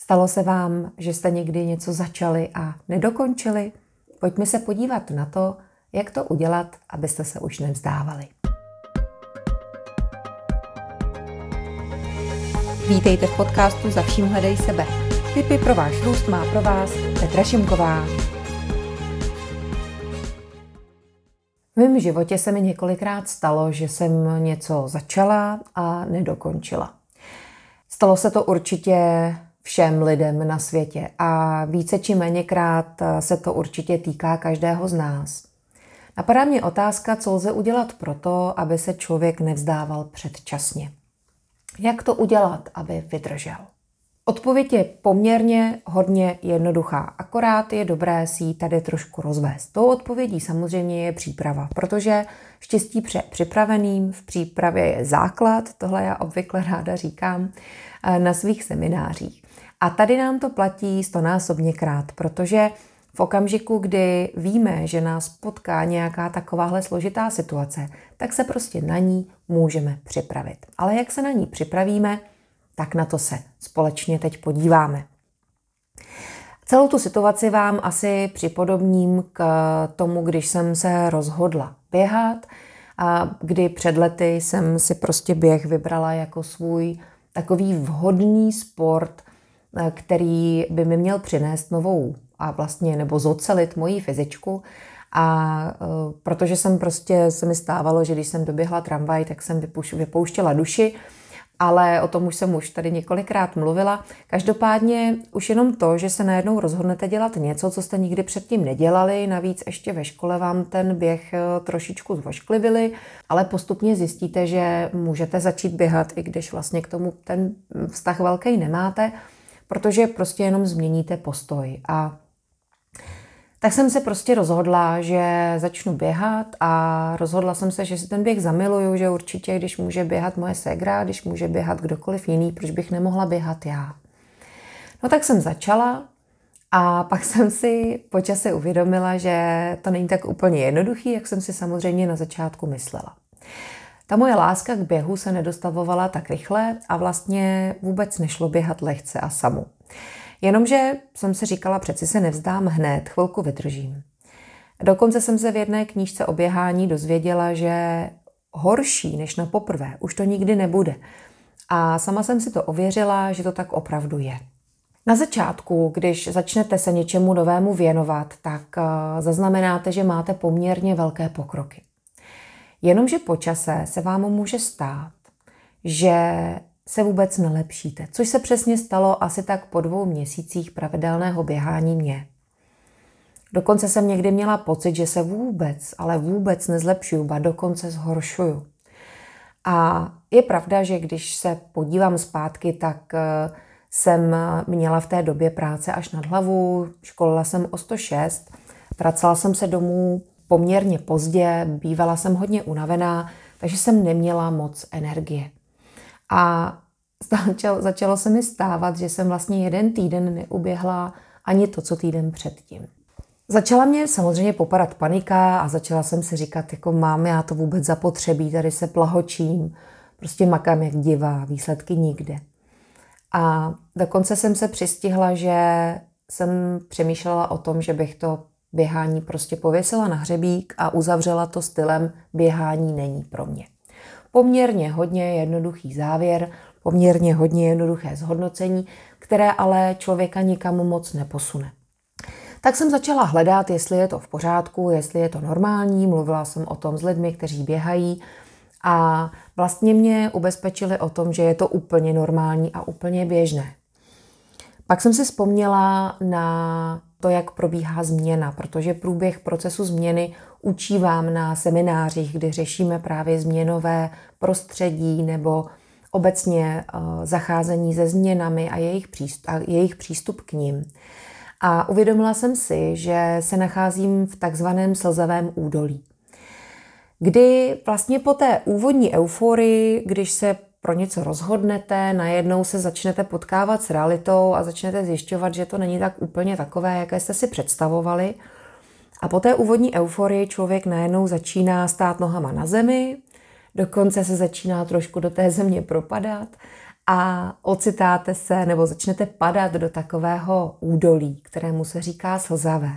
Stalo se vám, že jste někdy něco začali a nedokončili? Pojďme se podívat na to, jak to udělat, abyste se už nevzdávali. Vítejte v podcastu Za vším hledej sebe. Tipy pro váš růst má pro vás Petra Šimková. V mém životě se mi několikrát stalo, že jsem něco začala a nedokončila. Stalo se to určitě všem lidem na světě a více či méněkrát se to určitě týká každého z nás. Napadá mě otázka, co lze udělat pro to, aby se člověk nevzdával předčasně. Jak to udělat, aby vydržel? Odpověď je poměrně hodně jednoduchá, akorát je dobré si ji tady trošku rozvést. Tou odpovědí samozřejmě je příprava, protože štěstí před připraveným v přípravě je základ, tohle já obvykle ráda říkám na svých seminářích. A tady nám to platí 100násobněkrát, protože v okamžiku, kdy víme, že nás potká nějaká takováhle složitá situace, tak se prostě na ní můžeme připravit. Ale jak se na ní připravíme, tak na to se společně teď podíváme. Celou tu situaci vám asi připodobním k tomu, když jsem se rozhodla běhat, a kdy před lety jsem si prostě běh vybrala jako svůj takový vhodný sport, který by mi měl přinést novou a vlastně nebo zocelit moji fyzičku. A protože se mi stávalo, že když jsem doběhla tramvaj, tak jsem vypouštěla duši, ale o tom už jsem tady několikrát mluvila. Každopádně už jenom to, že se najednou rozhodnete dělat něco, co jste nikdy předtím nedělali, navíc ještě ve škole vám ten běh trošičku zvošklivili, ale postupně zjistíte, že můžete začít běhat, i když vlastně k tomu ten vztah velký nemáte, protože prostě jenom změníte postoj. A tak jsem se prostě rozhodla, že začnu běhat a rozhodla jsem se, že si ten běh zamiluju, že určitě, když může běhat moje ségra, když může běhat kdokoliv jiný, proč bych nemohla běhat já. No tak jsem začala a pak jsem si po čase uvědomila, že to není tak úplně jednoduchý, jak jsem si samozřejmě na začátku myslela. Ta moje láska k běhu se nedostavovala tak rychle a vlastně vůbec nešlo běhat lehce a samu. Jenomže jsem si říkala, přeci se nevzdám hned, chvilku vydržím. Dokonce jsem se v jedné knížce o běhání dozvěděla, že horší než na poprvé už to nikdy nebude. A sama jsem si to ověřila, že to tak opravdu je. Na začátku, když začnete se něčemu novému věnovat, tak zaznamenáte, že máte poměrně velké pokroky. Jenomže po čase se vám může stát, že se vůbec nelepšíte, což se přesně stalo asi tak po 2 měsících pravidelného běhání mě. Dokonce jsem někdy měla pocit, že se vůbec nezlepšuju, ba dokonce zhoršuju. A je pravda, že když se podívám zpátky, tak jsem měla v té době práce až nad hlavu, školila jsem o 106, vracela jsem se domů poměrně pozdě, bývala jsem hodně unavená, takže jsem neměla moc energie. A začalo se mi stávat, že jsem vlastně 1 týden neuběhla ani to, co týden předtím. Začala mě samozřejmě popadat panika a začala jsem si říkat, jako mám já to vůbec zapotřebí, tady se plahočím, prostě makám jak diva, výsledky nikde. A dokonce jsem se přistihla, že jsem přemýšlela o tom, že bych to běhání prostě pověsila na hřebík a uzavřela to stylem běhání není pro mě. Poměrně hodně jednoduchý závěr, poměrně hodně jednoduché zhodnocení, které ale člověka nikam moc neposune. Tak jsem začala hledat, jestli je to v pořádku, jestli je to normální, mluvila jsem o tom s lidmi, kteří běhají a vlastně mě ubezpečili o tom, že je to úplně normální a úplně běžné. Pak jsem si vzpomněla na to, jak probíhá změna, protože průběh procesu změny učí vám na seminářích, kdy řešíme právě změnové prostředí nebo obecně zacházení se změnami a jejich přístup k nim. A uvědomila jsem si, že se nacházím v takzvaném slzavém údolí, kdy vlastně po té úvodní euforii, když se pro něco rozhodnete, najednou se začnete potkávat s realitou a začnete zjišťovat, že to není tak úplně takové, jaké jste si představovali. A po té úvodní euforii člověk najednou začíná stát nohama na zemi, dokonce se začíná trošku do té země propadat a ocitáte se nebo začnete padat do takového údolí, kterému se říká slzavé.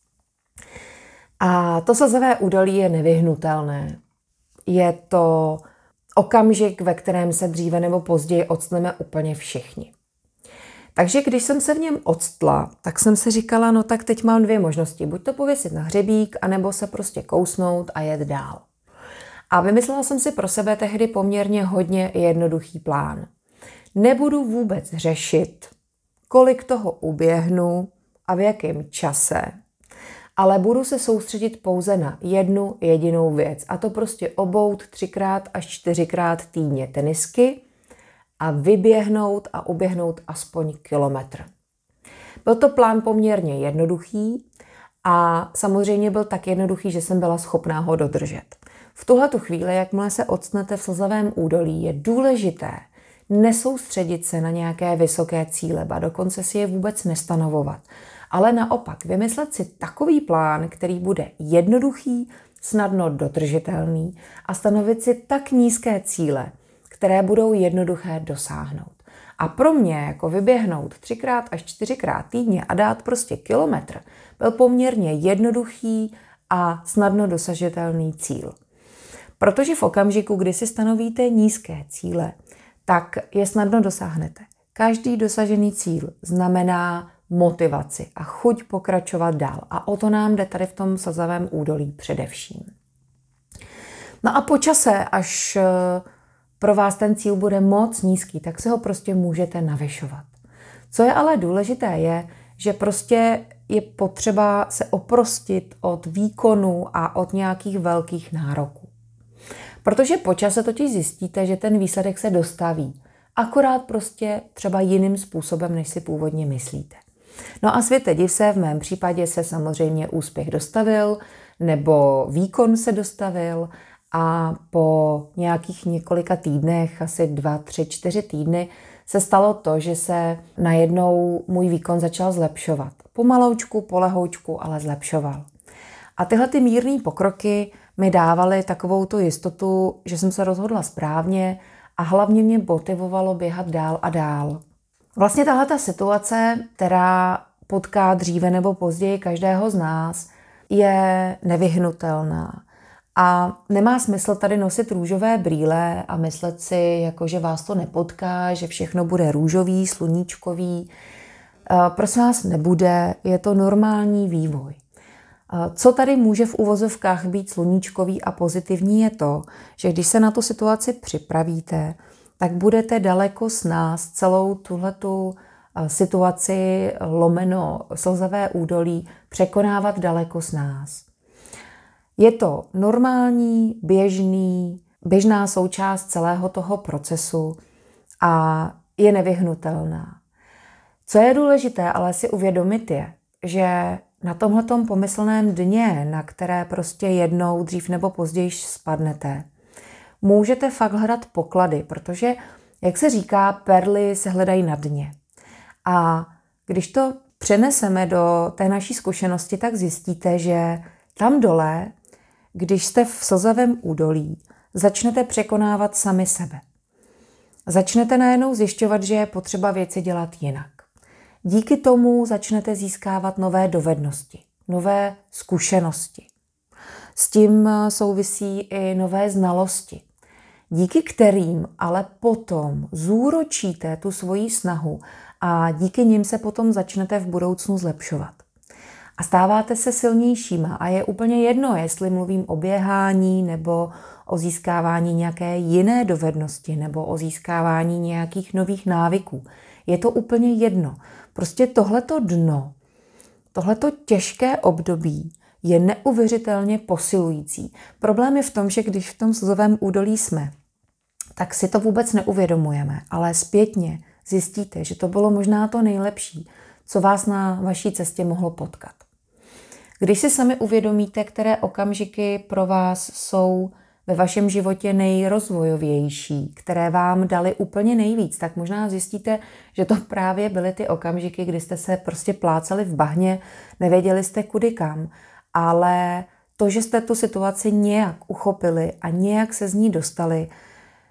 A to slzavé údolí je nevyhnutelné. Je to okamžik, ve kterém se dříve nebo později octneme úplně všichni. Takže když jsem se v něm octla, tak jsem si říkala, no tak teď mám dvě možnosti. Buď to pověsit na hřebík, anebo se prostě kousnout a jet dál. A vymyslela jsem si pro sebe tehdy poměrně hodně jednoduchý plán. Nebudu vůbec řešit, kolik toho uběhnu a v jakém čase, ale budu se soustředit pouze na jednu jedinou věc. A to prostě obout 3x až 4x týdně tenisky a vyběhnout a uběhnout aspoň kilometr. Byl to plán poměrně jednoduchý a samozřejmě byl tak jednoduchý, že jsem byla schopná ho dodržet. V tuhletu chvíli, jakmile se octnete v slzavém údolí, je důležité nesoustředit se na nějaké vysoké cíle, ba dokonce si je vůbec nestanovovat. Ale naopak vymyslet si takový plán, který bude jednoduchý, snadno dodržitelný a stanovit si tak nízké cíle, které budou jednoduché dosáhnout. A pro mě jako vyběhnout 3x až 4x týdně a dát prostě kilometr byl poměrně jednoduchý a snadno dosažitelný cíl. Protože v okamžiku, kdy si stanovíte nízké cíle, tak je snadno dosáhnete. Každý dosažený cíl znamená motivaci a chuť pokračovat dál. A o to nám jde tady v tom slzavém údolí především. No a po čase, až pro vás ten cíl bude moc nízký, tak se ho prostě můžete navyšovat. Co je ale důležité je, že prostě je potřeba se oprostit od výkonu a od nějakých velkých nároků. Protože po čase totiž zjistíte, že ten výsledek se dostaví. Akorát prostě třeba jiným způsobem, než si původně myslíte. No a světe div se, v mém případě se samozřejmě úspěch dostavil, nebo výkon se dostavil a po nějakých několika týdnech, asi 2, 3, 4 týdny, se stalo to, že se najednou můj výkon začal zlepšovat. Pomaloučku, polehoučku, ale zlepšoval. A tyhle ty mírné pokroky mi dávaly takovou tu jistotu, že jsem se rozhodla správně a hlavně mě motivovalo běhat dál a dál. Vlastně tahleta situace, která potká dříve nebo později každého z nás, je nevyhnutelná. A nemá smysl tady nosit růžové brýle a myslet si, jako že vás to nepotká, že všechno bude růžový, sluníčkový. Prosím vás, nebude, je to normální vývoj. Co tady může v uvozovkách být sluníčkový a pozitivní je to, že když se na tu situaci připravíte, tak budete daleko s nás celou tuhletu situaci lomeno slzavé údolí překonávat daleko s nás. Je to normální, běžná součást celého toho procesu a je nevyhnutelná. Co je důležité ale si uvědomit je, že na tomhletom pomyslném dně, na které prostě jednou dřív nebo později spadnete, můžete fakt hledat poklady, protože, jak se říká, perly se hledají na dně. A když to přeneseme do té naší zkušenosti, tak zjistíte, že tam dole, když jste v slzavém údolí, začnete překonávat sami sebe. Začnete najednou zjišťovat, že je potřeba věci dělat jinak. Díky tomu začnete získávat nové dovednosti, nové zkušenosti. S tím souvisí i nové znalosti, díky kterým ale potom zúročíte tu svoji snahu a díky nim se potom začnete v budoucnu zlepšovat. A stáváte se silnějšíma a je úplně jedno, jestli mluvím o běhání nebo o získávání nějaké jiné dovednosti nebo o získávání nějakých nových návyků. Je to úplně jedno. Prostě tohleto dno, tohleto těžké období je neuvěřitelně posilující. Problém je v tom, že když v tom slzovém údolí jsme, tak si to vůbec neuvědomujeme, ale zpětně zjistíte, že to bylo možná to nejlepší, co vás na vaší cestě mohlo potkat. Když si sami uvědomíte, které okamžiky pro vás jsou ve vašem životě nejrozvojovější, které vám dali úplně nejvíc, tak možná zjistíte, že to právě byly ty okamžiky, kdy jste se prostě plácali v bahně, nevěděli jste kudy kam, ale to, že jste tu situaci nějak uchopili a nějak se z ní dostali,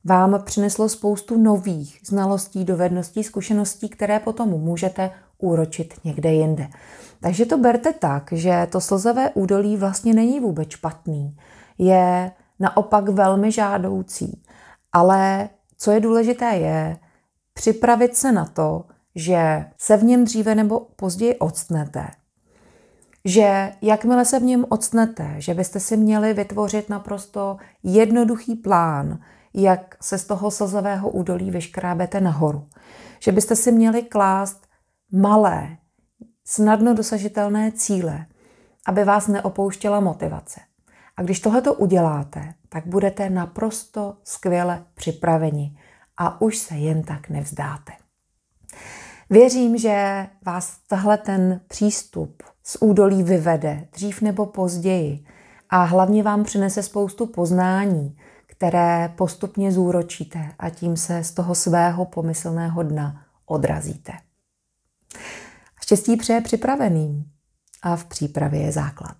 vám přineslo spoustu nových znalostí, dovedností, zkušeností, které potom můžete úročit někde jinde. Takže to berte tak, že to slzavé údolí vlastně není vůbec špatný. Je naopak velmi žádoucí. Ale co je důležité je připravit se na to, že se v něm dříve nebo později octnete. Že jakmile se v něm octnete, že byste si měli vytvořit naprosto jednoduchý plán, jak se z toho slzavého údolí vyškrábete nahoru. Že byste si měli klást malé, snadno dosažitelné cíle, aby vás neopouštěla motivace. A když tohleto uděláte, tak budete naprosto skvěle připraveni a už se jen tak nevzdáte. Věřím, že vás tahle ten přístup z údolí vyvede dřív nebo později a hlavně vám přinese spoustu poznání, které postupně zúročíte a tím se z toho svého pomyslného dna odrazíte. Štěstí přeje připraveným a v přípravě je základ.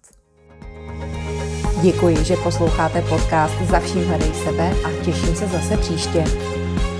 Děkuji, že posloucháte podcast Za vším hledej sebe a těším se zase příště.